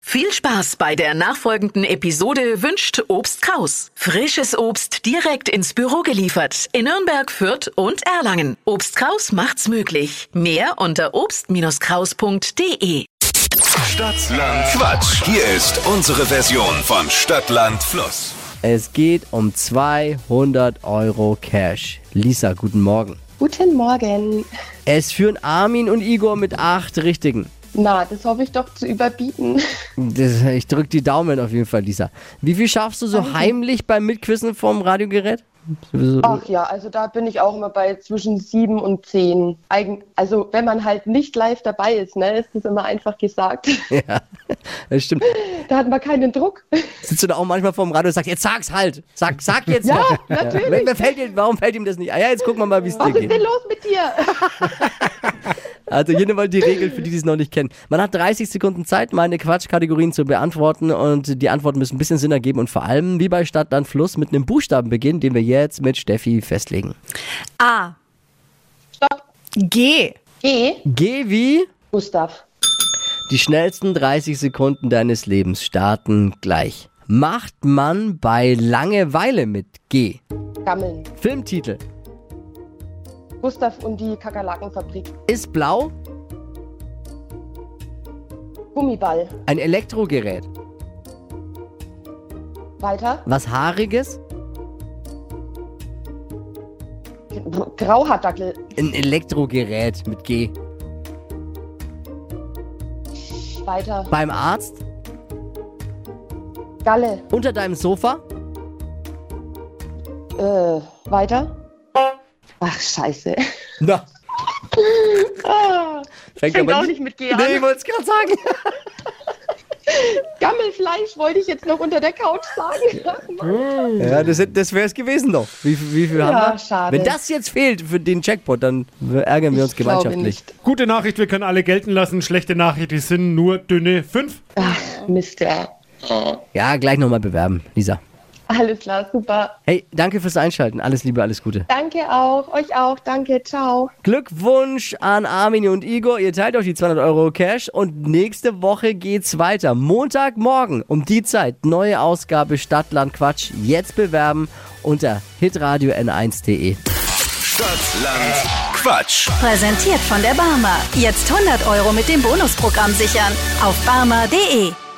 Viel Spaß bei der nachfolgenden Episode wünscht Obst Kraus. Frisches Obst direkt ins Büro geliefert in Nürnberg, Fürth und Erlangen. Obst Kraus macht's möglich. Mehr unter obst-kraus.de. Stadtland Quatsch. Hier ist unsere Version von Stadtland Fluss. Es geht um 200 Euro Cash. Lisa, guten Morgen. Guten Morgen. Es führen Armin und Igor mit 8 Richtigen. Na, das hoffe ich doch zu überbieten. Ich drücke die Daumen auf jeden Fall, Lisa. Wie viel schaffst du so heimlich beim Mitquissen vom Radiogerät? Ach ja, also da bin ich auch immer bei zwischen 7 und 10. Also wenn man halt nicht live dabei ist, ne, ist das immer einfach gesagt. Ja, das stimmt. Da hat man keinen Druck. Sitzt du da auch manchmal vorm Radio und sagst, jetzt sag's halt. Sag jetzt. Ja, noch. natürlich. Warum fällt ihm das nicht? Ah ja, jetzt gucken wir mal, wie es dir Was ist geht. denn los mit dir? Also hier nochmal die Regel für die es noch nicht kennen. Man hat 30 Sekunden Zeit, meine Quatschkategorien zu beantworten und die Antworten müssen ein bisschen Sinn ergeben und vor allem, wie bei Stadt, Land, Fluss, mit einem Buchstaben beginnen, den wir jetzt mit Steffi festlegen. A. Stopp. G. G. G wie? Gustav. Die schnellsten 30 Sekunden deines Lebens starten gleich. Macht man bei Langeweile mit G? Gammeln. Filmtitel. Gustav und die Kakerlakenfabrik. Ist blau Gummiball. ein Elektrogerät. Weiter. Was Haariges? Grauhaardackel. Ein Elektrogerät mit G. Weiter. Beim Arzt? Galle. Unter deinem Sofa? Weiter. Ach, scheiße. Na, Fängt auch nicht mit G an. Nee, ich wollte es gerade sagen. Gammelfleisch wollte ich jetzt noch unter der Couch sagen. Ach, Mann. Ja, das wäre es gewesen doch. Wie viel haben wir? Schade. Wenn das jetzt fehlt für den Jackpot, dann ärgern wir uns Ich glaube gemeinschaftlich. nicht. Gute Nachricht, wir können alle gelten lassen. Schlechte Nachricht, die sind nur dünne 5. Ach, Mist, ja. Ja, gleich nochmal bewerben, Lisa. Alles klar, super. Hey, danke fürs Einschalten. Alles Liebe, alles Gute. Danke auch, euch auch. Danke, ciao. Glückwunsch an Armin und Igor. Ihr teilt euch die 200 Euro Cash und nächste Woche geht's weiter. Montagmorgen um die Zeit. Neue Ausgabe Stadtland Quatsch. Jetzt bewerben unter hitradio n1.de. Stadtland Quatsch. Präsentiert von der Barmer. Jetzt 100 Euro mit dem Bonusprogramm sichern. Auf barmer.de.